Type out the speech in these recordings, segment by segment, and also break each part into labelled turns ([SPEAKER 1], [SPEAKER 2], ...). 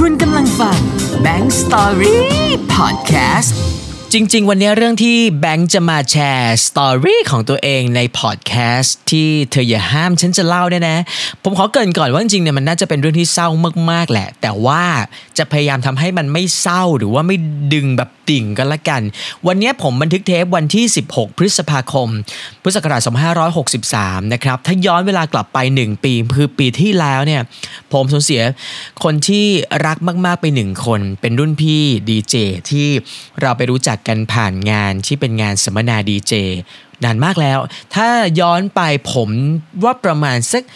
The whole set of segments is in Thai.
[SPEAKER 1] คุณกำลังฟัง Bank Story Podcast จริงๆวันนี้เรื่องที่แบงค์จะมาแชร์สตอรี่ของตัวเองในพอดแคสต์ที่เธออย่าห้ามฉันจะเล่าเนี่ยนะผมขอเกริ่นก่อนว่าจริงๆเนี่ยมันน่าจะเป็นเรื่องที่เศร้ามากๆแหละแต่ว่าจะพยายามทำให้มันไม่เศร้าหรือว่าไม่ดึงแบบติ่งกันละกันวันนี้ผมบันทึกเทปวันที่16พฤษภาคมพุทธศักราช2563นะครับถ้าย้อนเวลากลับไป1ปีคือปีที่แล้วเนี่ยผมสูญเสียคนที่รักมากๆไป1คนเป็นรุ่นพี่ดีเจที่เราไปรู้จักกันผ่านงานที่เป็นงานสัมมนาดีเจนานมากแล้วถ้าย้อนไปผมว่าประมาณสัก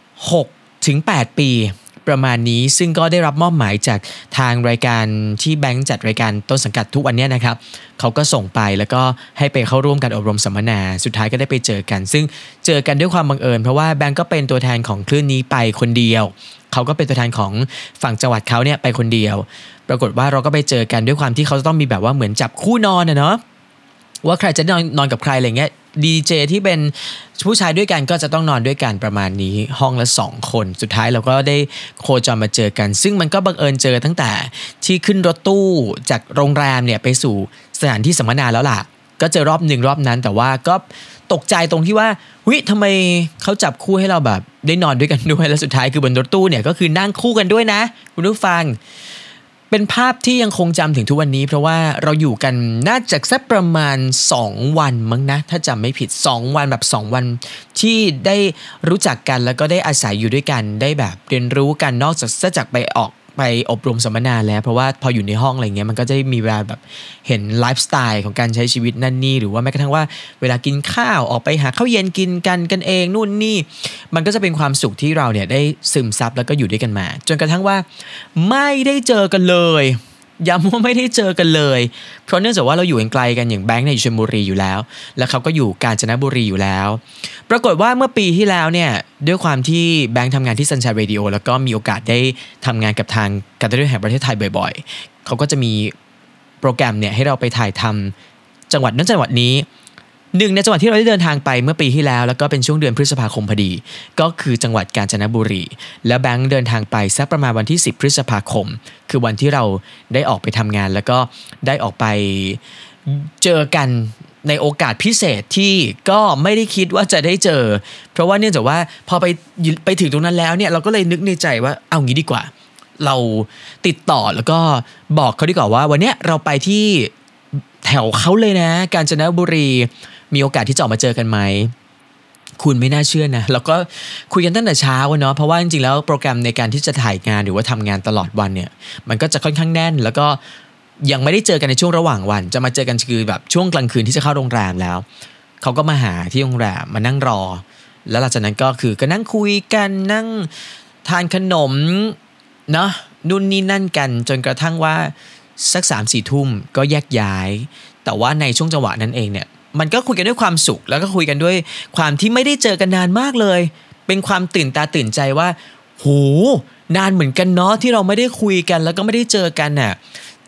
[SPEAKER 1] 6-8 ปีประมาณนี้ซึ่งก็ได้รับมอบหมายจากทางรายการที่แบงค์จัดรายการต้นสังกัดทุกวันนี้นะครับเขาก็ส่งไปแล้วก็ให้ไปเข้าร่วมการอบรมสัมมนาสุดท้ายก็ได้ไปเจอกันซึ่งเจอกันด้วยความบังเอิญเพราะว่าแบงค์ก็เป็นตัวแทนของคลื่นนี้ไปคนเดียวเขาก็เป็นตัวแทนของฝั่งจังหวัดเขาเนี่ยไปคนเดียวปรากฏว่าเราก็ไปเจอกันด้วยความที่เขาจะต้องมีแบบว่าเหมือนจับคู่นอนเนาะว่าใครจะนอนกับใครอะไรเงี้ยดีเจที่เป็นผู้ชายด้วยกันก็จะต้องนอนด้วยกันประมาณนี้ห้องละ2คนสุดท้ายเราก็ได้โคจรมาเจอกันซึ่งมันก็บังเอิญเจอตั้งแต่ที่ขึ้นรถตู้จากโรงแรมเนี่ยไปสู่สถานที่สัมมนาแล้วล่ะก็เจอรอบนั้นแต่ว่าก็ตกใจตรงที่ว่าทำไมเขาจับคู่ให้เราแบบได้นอนด้วยกันด้วยแล้วสุดท้ายคือบนรถตู้เนี่ยก็คือนั่งคู่กันด้วยนะคุณผู้ฟังเป็นภาพที่ยังคงจำถึงทุกวันนี้เพราะว่าเราอยู่กันน่าจะสักประมาณ2วันมั้งนะถ้าจำไม่ผิด2วันแบบ2วันที่ได้รู้จักกันแล้วก็ได้อาศัยอยู่ด้วยกันได้แบบเรียนรู้กันนอกจากไปอบรมสัมมนาแล้วเพราะว่าพออยู่ในห้องอะไรเงี้ยมันก็จะมีเวลาแบบเห็นไลฟ์สไตล์ของการใช้ชีวิตนั่นนี่หรือว่าแม้กระทั่งว่าเวลากินข้าวออกไปหาข้าวเย็นกินกันเองนู่นนี่มันก็จะเป็นความสุขที่เราเนี่ยได้ซึมซับแล้วก็อยู่ด้วยกันมาจนกระทั่งว่าไม่ได้เจอกันเลยย้ำว่าไม่ได้เจอกันเลยเพราะเนื่องจากว่าเราอยู่ไกลกันอย่างแบงค์เนี่ยอยู่ชลบุรีอยู่แล้วแล้วเขาก็อยู่กาญจนบุรีอยู่แล้วปรากฏว่าเมื่อปีที่แล้วเนี่ยด้วยความที่แบงค์ทำงานที่ Sunshine Radio แล้วก็มีโอกาสได้ทำงานกับทางการท่องเที่ยวแห่งประเทศไทยบ่อยๆเขาก็จะมีโปรแกรมเนี่ยให้เราไปถ่ายทำจังหวัดนั้นจังหวัดนี้หนึ่งในจังหวัดที่เราได้เดินทางไปเมื่อปีที่แล้วแล้วก็เป็นช่วงเดือนพฤษภาคมพอดีก็คือจังหวัดกาญจนบุรีแล้วแบงค์เดินทางไปสักประมาณวันที่10พฤษภาคมคือวันที่เราได้ออกไปทำงานแล้วก็ได้ออกไปเจอกันในโอกาสพิเศษที่ก็ไม่ได้คิดว่าจะได้เจอเพราะว่าเนื่องจากว่าพอไปถึงตรงนั้นแล้วเนี่ยเราก็เลยนึกในใจว่าเอางี้ดีกว่าเราติดต่อแล้วก็บอกเขาดีกว่าว่าวันเนี้ยเราไปที่แถวเขาเลยนะกาญจนบุรีมีโอกาสที่จะออกมาเจอกันไหมคุณไม่น่าเชื่อนะแล้วก็คุยกันตั้งแต่เช้าเนาะเพราะว่าจริงๆแล้วโปรแกรมในการที่จะถ่ายงานหรือว่าทำงานตลอดวันเนี่ยมันก็จะค่อนข้างแน่นแล้วก็ยังไม่ได้เจอกันในช่วงระหว่างวันจะมาเจอกันคือแบบช่วงกลางคืนที่จะเข้าโรงแรมแล้วเขาก็มาหาที่โรงแรมมานั่งรอแล้วหลังจากนั้นก็คือก็นั่งคุยกันนั่งทานขนมเนาะนู่นนี่นั่นกันจนกระทั่งว่าสัก 3-4 ทุ่มก็แยกย้ายแต่ว่าในช่วงจังหวะนั้นเองเนี่ยมันก็คุยกันด้วยความสุขแล้วก็คุยกันด้วยความที่ไม่ได้เจอกันนานมากเลยเป็นความตื่นตาตื่นใจว่าโหนานเหมือนกันเนาะที่เราไม่ได้คุยกันแล้วก็ไม่ได้เจอกันน่ะ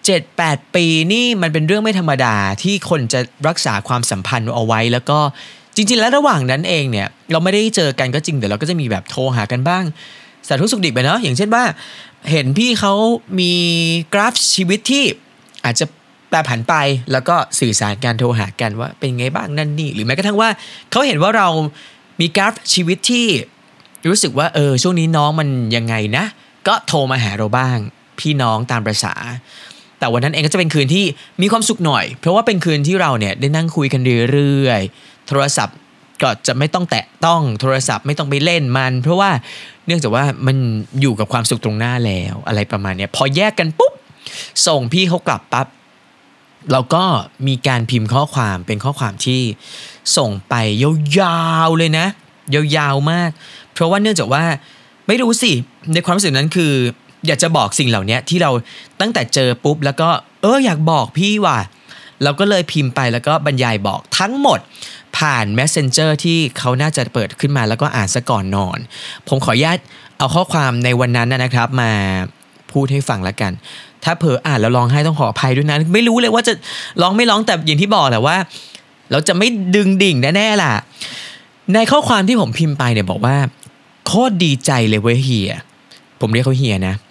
[SPEAKER 1] 7-8 ปีนี่มันเป็นเรื่องไม่ธรรมดาที่คนจะรักษาความสัมพันธ์เอาไว้แล้วก็จริงๆแล้วระหว่างนั้นเองเนี่ยเราไม่ได้เจอกันก็จริงแต่เราก็จะมีแบบโทรหากันบ้างสารทุกข์สุขดิบไปเนาะอย่างเช่นว่าเห็นพี่เขามีกราฟชีวิตที่อาจจะแปรผันไปแล้วก็สื่อสารการโทรหากันว่าเป็นไงบ้างนั่นนี่หรือแม้กระทั่งว่าเขาเห็นว่าเรามีกราฟชีวิตที่รู้สึกว่าช่วงนี้น้องมันยังไงนะก็โทรมาหาเราบ้างพี่น้องตามประสาแต่วันนั้นเองก็จะเป็นคืนที่มีความสุขหน่อยเพราะว่าเป็นคืนที่เราเนี่ยได้นั่งคุยกันเรื่อยๆโทรศัพท์ก็จะไม่ต้องแตะต้องโทรศัพท์ไม่ต้องไปเล่นมันเพราะว่าเนื่องจากว่ามันอยู่กับความสุขตรงหน้าแล้วอะไรประมาณนี้พอแยกกันปุ๊บส่งพี่เขากลับปั๊บเราก็มีการพิมพ์ข้อความเป็นข้อความที่ส่งไปยาวๆเลยนะยาวๆมากเพราะว่าเนื่องจากว่าไม่รู้สิในความรู้สึกนั้นคืออยากจะบอกสิ่งเหล่านี้ที่เราตั้งแต่เจอปุ๊บแล้วก็อยากบอกพี่ว่ะเราก็เลยพิมพ์ไปแล้วก็บรรยายบอกทั้งหมดผ่าน Messenger ที่เขาน่าจะเปิดขึ้นมาแล้วก็อ่านซะก่อนนอนผมขออนุญาตเอาข้อความในวันนั้นนะครับมาพูดให้ฟังละกันถ้าเผลออ่านแล้วร้องไห้ต้องขออภัยด้วยนะไม่รู้เลยว่าจะร้องไม่ร้องแต่อย่างที่บอกแหละว่าเราจะไม่ดึงดิ่งแน่ๆล่ะในข้อความที่ผมพิมพ์ไปเนี่ยบอกว่าโคตรดีใจเลยเว้ยเฮียผมเรียกเขาเฮียนะ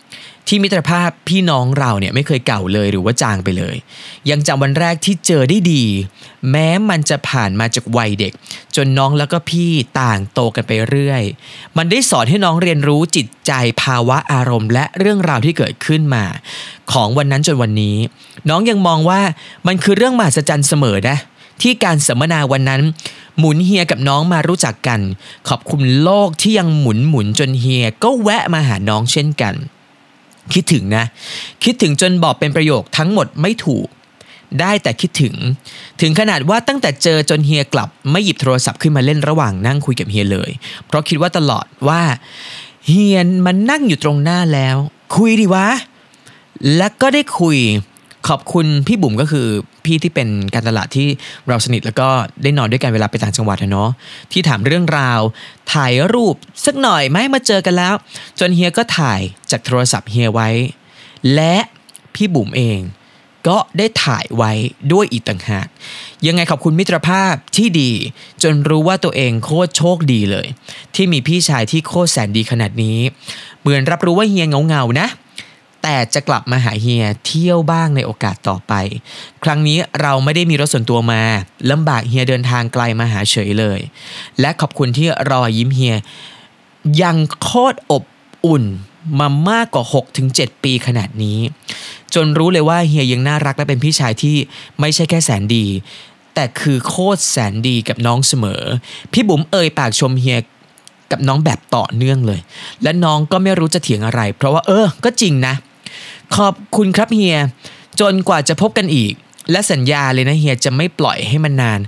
[SPEAKER 1] ที่มิตรภาพพี่น้องเราเนี่ยไม่เคยเก่าเลยหรือว่าจางไปเลยยังจำวันแรกที่เจอได้ดีแม้มันจะผ่านมาจากวัยเด็กจนน้องแล้วก็พี่ต่างโตกันไปเรื่อยมันได้สอนให้น้องเรียนรู้จิตใจภาวะอารมณ์และเรื่องราวที่เกิดขึ้นมาของวันนั้นจนวันนี้น้องยังมองว่ามันคือเรื่องมหัศจรรย์เสมอนะที่การสัมมนาวันนั้นหมุนเฮียกับน้องมารู้จักกันขอบคุณโลกที่ยังหมุนจนเฮียก็แวะมาหาน้องเช่นกันคิดถึงนะคิดถึงจนบอกเป็นประโยคทั้งหมดไม่ถูกได้แต่คิดถึงขนาดว่าตั้งแต่เจอจนเฮียกลับไม่หยิบโทรศัพท์ขึ้นมาเล่นระหว่างนั่งคุยกับเฮียเลยเพราะคิดว่าตลอดว่าเฮียมันนั่งอยู่ตรงหน้าแล้วคุยดิวะและก็ได้คุยขอบคุณพี่บุ๋มก็คือพี่ที่เป็นการตลาดที่เราสนิทแล้วก็ได้นอนด้วยกันเวลาไปต่างจังหวัดเนาะที่ถามเรื่องราวถ่ายรูปสักหน่อยไหมมาเจอกันแล้วจนเฮียก็ถ่ายจากโทรศัพท์เฮียไว้และพี่บุ๋มเองก็ได้ถ่ายไว้ด้วยอีกต่างหากยังไงขอบคุณมิตรภาพที่ดีจนรู้ว่าตัวเองโคตรโชคดีเลยที่มีพี่ชายที่โคตรแสนดีขนาดนี้เหมือนรับรู้ว่าเฮียเงานะแต่จะกลับมาหาเฮียเที่ยวบ้างในโอกาสต่อไปครั้งนี้เราไม่ได้มีรถส่วนตัวมาลำบากเฮียเดินทางไกลมาหาเฉยเลยและขอบคุณที่รอยยิ้มเฮียยังโคตรอบอุ่นมามากกว่า 6-7 ปีขนาดนี้จนรู้เลยว่าเฮียยังน่ารักและเป็นพี่ชายที่ไม่ใช่แค่แสนดีแต่คือโคตรแสนดีกับน้องเสมอพี่บุ๋มเอ่ยปากชมเฮียกับน้องแบบต่อเนื่องเลยและน้องก็ไม่รู้จะเถียงอะไรเพราะว่าก็จริงนะขอบคุณครับเฮียจนกว่าจะพบกันอีกและสัญญาเลยนะเฮียจะไม่ปล่อยให้มันนาน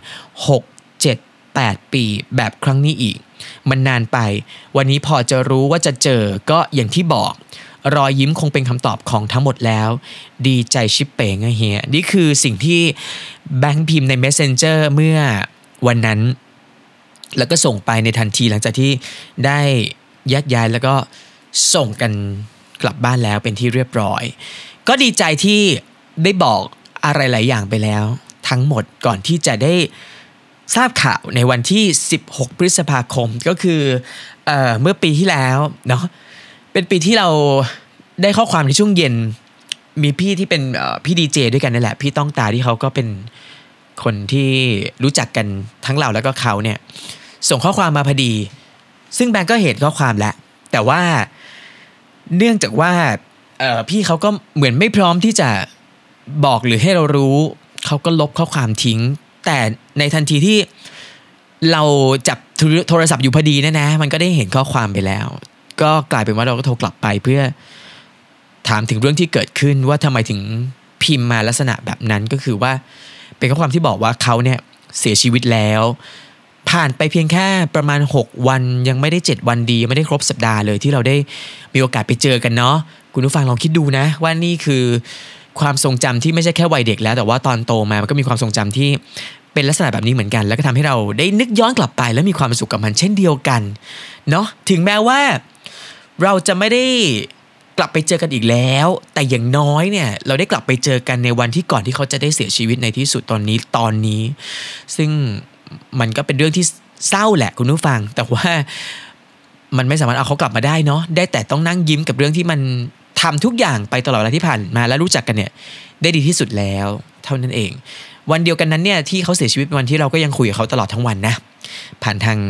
[SPEAKER 1] 6 7 8 ปีแบบครั้งนี้อีกมันนานไปวันนี้พอจะรู้ว่าจะเจอก็อย่างที่บอกรอยยิ้มคงเป็นคำตอบของทั้งหมดแล้วดีใจชิบเป๋งเฮียนี่คือสิ่งที่แบงค์พิมพ์ใน Messenger เมื่อวันนั้นแล้วก็ส่งไปในทันทีหลังจากที่ได้แยกย้ายแล้วก็ส่งกันกลับบ้านแล้วเป็นที่เรียบร้อยก็ดีใจที่ได้บอกอะไรหลายอย่างไปแล้วทั้งหมดก่อนที่จะได้ทราบข่าวในวันที่16พฤษภาคมก็คือเมื่อปีที่แล้วเนาะเป็นปีที่เราได้ข้อความในช่วงเย็นมีพี่ที่เป็นพี่ดีเจด้วยกันนั่นแหละพี่ต้องตาที่เขาก็เป็นคนที่รู้จักกันทั้งเราแล้วก็เขาเนี่ยส่งข้อความมาพอดีซึ่งแบงก์ก็เห็นข้อความแล้วแต่ว่าเนื่องจากว่าพี่เขาก็เหมือนไม่พร้อมที่จะบอกหรือให้เรารู้เขาก็ลบข้อความทิ้งแต่ในทันทีที่เราจับโทรศัพท์อยู่พอดีนะมันก็ได้เห็นข้อความไปแล้วก็กลายเป็นว่าเราก็โทรกลับไปเพื่อถามถึงเรื่องที่เกิดขึ้นว่าทำไมถึงพิมพ์มาลักษณะแบบนั้นก็คือว่าเป็นข้อความที่บอกว่าเขาเนี่ยเสียชีวิตแล้วผ่านไปเพียงแค่ประมาณ6วันยังไม่ได้7วันดีไม่ได้ครบสัปดาห์เลยที่เราได้มีโอกาสไปเจอกันเนาะคุณผู้ฟังลองคิดดูนะว่านี่คือความทรงจำที่ไม่ใช่แค่วัยเด็กแล้วแต่ว่าตอนโตมามันก็มีความทรงจำที่เป็นลักษณะแบบนี้เหมือนกันแล้วก็ทำให้เราได้นึกย้อนกลับไปแล้วมีความสุขกับมันเช่นเดียวกันเนาะถึงแม้ว่าเราจะไม่ได้กลับไปเจอกันอีกแล้วแต่อย่างน้อยเนี่ยเราได้กลับไปเจอกันในวันที่ก่อนที่เขาจะได้เสียชีวิตในที่สุดตอนนี้ซึ่งมันก็เป็นเรื่องที่เศร้าแหละคุณผู้ฟังแต่ว่ามันไม่สามารถเอาเขากลับมาได้เนาะได้แต่ต้องนั่งยิ้มกับเรื่องที่มันทำทุกอย่างไปตลอดเวลาที่ผ่านมาและรู้จักกันเนี่ยได้ดีที่สุดแล้วเท่านั้นเองวันเดียวกันนั้นเนี่ยที่เขาเสียชีวิตเป็นวันที่เราก็ยังคุยกับเขาตลอดทั้งวันนะผ่านทาง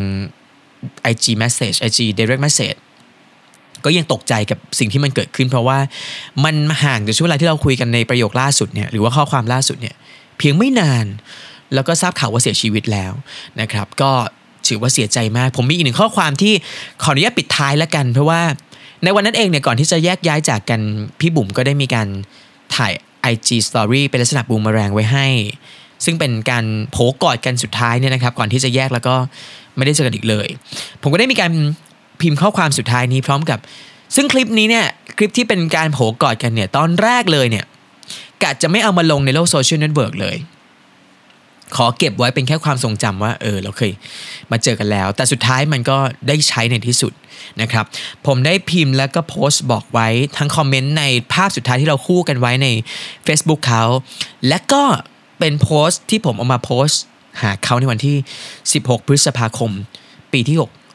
[SPEAKER 1] IG message IG direct message ก็ยังตกใจกับสิ่งที่มันเกิดขึ้นเพราะว่ามันห่างจากช่วงเวลาที่เราคุยกันในประโยคล่าสุดเนี่ยหรือว่าข้อความล่าสุดเนี่ยเพียงไม่นานแล้วก็ทราบข่าวว่าเสียชีวิตแล้วนะครับก็ถือว่าเสียใจมากผมมีอีกหนึ่งข้อความที่ขออนุญาตปิดท้ายแล้วกันเพราะว่าในวันนั้นเองเนี่ยก่อนที่จะแยกย้ายจากกันพี่บุ๋มก็ได้มีการถ่าย IG Story เป็นลักษณะบูมเมอแรงไว้ให้ซึ่งเป็นการโผกอดกันสุดท้ายเนี่ยนะครับก่อนที่จะแยกแล้วก็ไม่ได้เจอกันอีกเลยผมก็ได้มีการพิมพ์ข้อความสุดท้ายนี้พร้อมกับซึ่งคลิปนี้เนี่ยคลิปที่เป็นการโผกอดกันเนี่ยตอนแรกเลยเนี่ยกะจะไม่เอามาลงในโลกโซเชียลเน็ตเวิร์กเลยขอเก็บไว้เป็นแค่ความทรงจำว่าเราเคยมาเจอกันแล้วแต่สุดท้ายมันก็ได้ใช้ในที่สุดนะครับผมได้พิมพ์แล้วก็โพสต์บอกไว้ทั้งคอมเมนต์ในภาพสุดท้ายที่เราคู่กันไว้ใน Facebook เขาและก็เป็นโพสต์ที่ผมเอามาโพสต์หาเขาในวันที่16พฤษภาคมปีที่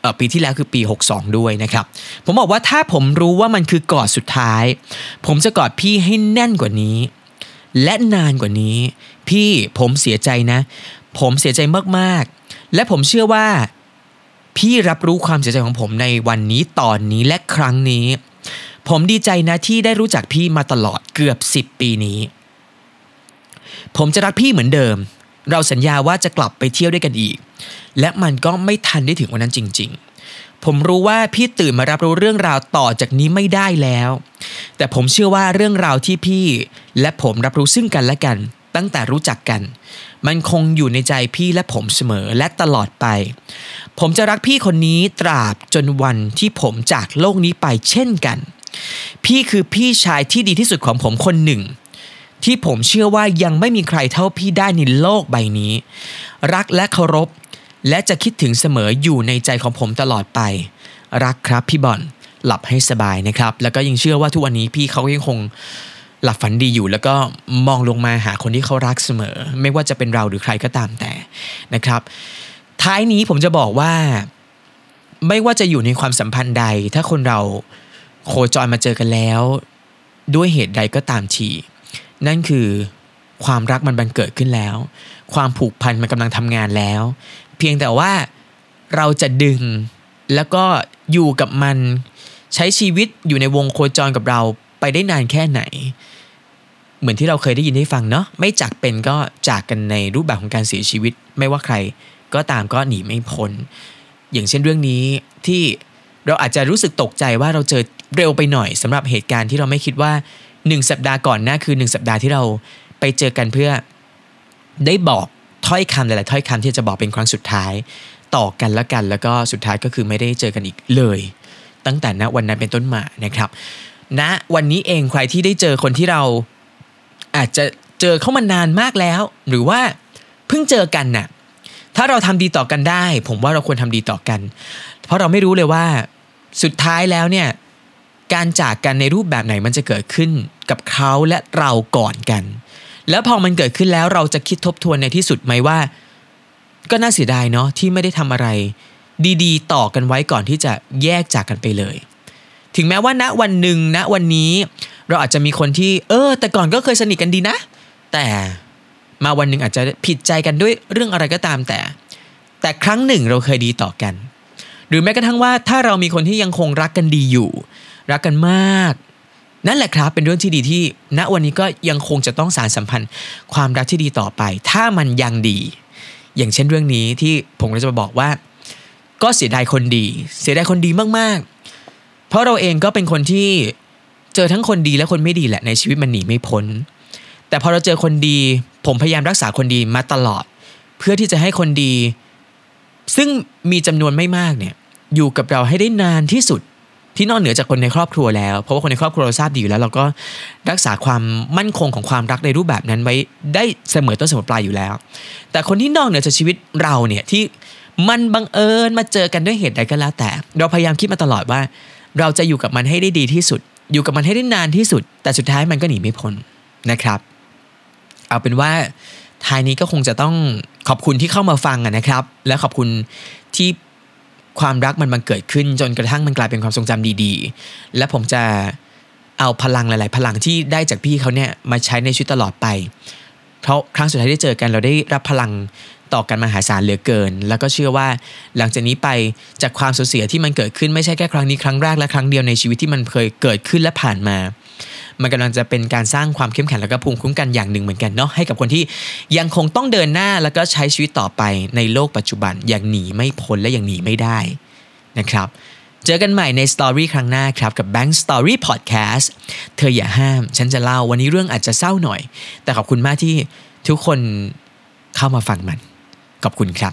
[SPEAKER 1] ปีที่แล้วคือปี62ด้วยนะครับผมบอกว่าถ้าผมรู้ว่ามันคือกอดสุดท้ายผมจะกอดพี่ให้แน่นกว่านี้และนานกว่านี้พี่ผมเสียใจนะผมเสียใจมากๆและผมเชื่อว่าพี่รับรู้ความเสียใจของผมในวันนี้ตอนนี้และครั้งนี้ผมดีใจนะที่ได้รู้จักพี่มาตลอดเกือบ10ปีนี้ผมจะรักพี่เหมือนเดิมเราสัญญาว่าจะกลับไปเที่ยวด้วยกันอีกและมันก็ไม่ทันได้ถึงวันนั้นจริงๆผมรู้ว่าพี่ตื่นมารับรู้เรื่องราวต่อจากนี้ไม่ได้แล้วแต่ผมเชื่อว่าเรื่องราวที่พี่และผมรับรู้ซึ่งกันและกันตั้งแต่รู้จักกันมันคงอยู่ในใจพี่และผมเสมอและตลอดไปผมจะรักพี่คนนี้ตราบจนวันที่ผมจากโลกนี้ไปเช่นกันพี่คือพี่ชายที่ดีที่สุดของผมคนหนึ่งที่ผมเชื่อว่ายังไม่มีใครเท่าพี่ได้ในโลกใบนี้รักและเคารพและจะคิดถึงเสมออยู่ในใจของผมตลอดไปรักครับพี่บอลหลับให้สบายนะครับแล้วก็ยังเชื่อว่าทุกวันนี้พี่เขายังคงหลับฝันดีอยู่แล้วก็มองลงมาหาคนที่เขารักเสมอไม่ว่าจะเป็นเราหรือใครก็ตามแต่นะครับท้ายนี้ผมจะบอกว่าไม่ว่าจะอยู่ในความสัมพันธ์ใดถ้าคนเราโคจรมาเจอกันแล้วด้วยเหตุใดก็ตามทีนั่นคือความรักมันบังเกิดขึ้นแล้วความผูกพันมันกำลังทำงานแล้วเพียงแต่ว่าเราจะดึงแล้วก็อยู่กับมันใช้ชีวิตอยู่ในวงโคจรกับเราไปได้นานแค่ไหนเหมือนที่เราเคยได้ยินได้ฟังเนาะไม่จากเป็นก็จากกันในรูปแบบของการเสียชีวิตไม่ว่าใครก็ตามก็หนีไม่พ้นอย่างเช่นเรื่องนี้ที่เราอาจจะรู้สึกตกใจว่าเราเจอเร็วไปหน่อยสำหรับเหตุการณ์ที่เราไม่คิดว่า1สัปดาห์ก่อนหน้าคือ1สัปดาห์ที่เราไปเจอกันเพื่อได้บอกถ้อยคำหลายๆถ้อยคำที่จะบอกเป็นครั้งสุดท้ายต่อกันแล้วก็สุดท้ายก็คือไม่ได้เจอกันอีกเลยตั้งแต่ณวันนั้นเป็นต้นมานะครับณวันนี้เองใครที่ได้เจอคนที่เราอาจจะเจอเข้ามานานมากแล้วหรือว่าเพิ่งเจอกันน่ะถ้าเราทำดีต่อกันได้ผมว่าเราควรทำดีต่อกันเพราะเราไม่รู้เลยว่าสุดท้ายแล้วเนี่ยการจากกันในรูปแบบไหนมันจะเกิดขึ้นกับเขาและเราก่อนกันแล้วพอมันเกิดขึ้นแล้วเราจะคิดทบทวนในที่สุดไหมว่าก็น่าเสียดายเนาะที่ไม่ได้ทำอะไรดีๆต่อกันไว้ก่อนที่จะแยกจากกันไปเลยถึงแม้ว่าณวันหนึ่งณวันนี้เราอาจจะมีคนที่แต่ก่อนก็เคยสนิทกันดีนะแต่มาวันหนึ่งอาจจะผิดใจกันด้วยเรื่องอะไรก็ตามแต่ครั้งหนึ่งเราเคยดีต่อกันหรือแม้กระทั่งว่าถ้าเรามีคนที่ยังคงรักกันดีอยู่รักกันมากนั่นแหละครับเป็นเรื่องที่ดีที่ณวันนี้ก็ยังคงจะต้องสานสัมพันธ์ความรักที่ดีต่อไปถ้ามันยังดีอย่างเช่นเรื่องนี้ที่ผมก็จะมาบอกว่าก็เสียดายคนดีมากๆเพราะเราเองก็เป็นคนที่เจอทั้งคนดีและคนไม่ดีแหละในชีวิตมันหนีไม่พ้นแต่พอเราเจอคนดีผมพยายามรักษาคนดีมาตลอดเพื่อที่จะให้คนดีซึ่งมีจำนวนไม่มากเนี่ยอยู่กับเราให้ได้นานที่สุดที่นอกเหนือจากคนในครอบครัวแล้วเพราะว่าคนในครอบครัวเราทราบดีอยู่แล้วเราก็รักษาความมั่นคงของความรักในรูปแบบนั้นไว้ได้เสมอต้นเสมอปลายอยู่แล้วแต่คนที่นอกเหนือจากชีวิตเราเนี่ยที่มันบังเอิญมาเจอกันด้วยเหตุใดก็แล้วแต่เราพยายามคิดมาตลอดว่าเราจะอยู่กับมันให้ได้ดีที่สุดอยู่กับมันให้ได้นานที่สุดแต่สุดท้ายมันก็หนีไม่พ้นนะครับเอาเป็นว่าท้ายนี้ก็คงจะต้องขอบคุณที่เข้ามาฟังนะครับและขอบคุณที่ความรักมันเกิดขึ้นจนกระทั่งมันกลายเป็นความทรงจำดีๆและผมจะเอาพลังหลายๆพลังที่ได้จากพี่เขาเนี่ยมาใช้ในชีวิตตลอดไปเพราะครั้งสุดท้ายที่เจอกันเราได้รับพลังต่อกันมหาศาลเหลือเกินแล้วก็เชื่อว่าหลังจากนี้ไปจากความสูญเสียที่มันเกิดขึ้นไม่ใช่แค่ครั้งนี้ครั้งแรกและครั้งเดียวในชีวิตที่มันเคยเกิดขึ้นและผ่านมามันกำลังจะเป็นการสร้างความเข้มแข็งและก็ภูมิคุ้มกันอย่างหนึ่งเหมือนกันเนาะให้กับคนที่ยังคงต้องเดินหน้าแล้วก็ใช้ชีวิตต่อไปในโลกปัจจุบันอย่างหนีไม่พ้นและอย่างหนีไม่ได้นะครับเจอกันใหม่ในสตอรี่ครั้งหน้าครับกับ Bank Story Podcast เธออย่าห้ามฉันจะเล่าวันนี้เรื่องอาจจะเศร้าหน่อยแต่ขอบคุณมากที่ทุกคนเข้ามาฟังมันขอบคุณครับ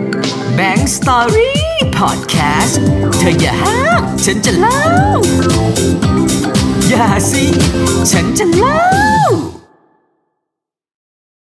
[SPEAKER 2] Bank Story Podcast เธออย่าห้ามฉันจะเล่าอย่าสิฉันจะเล่า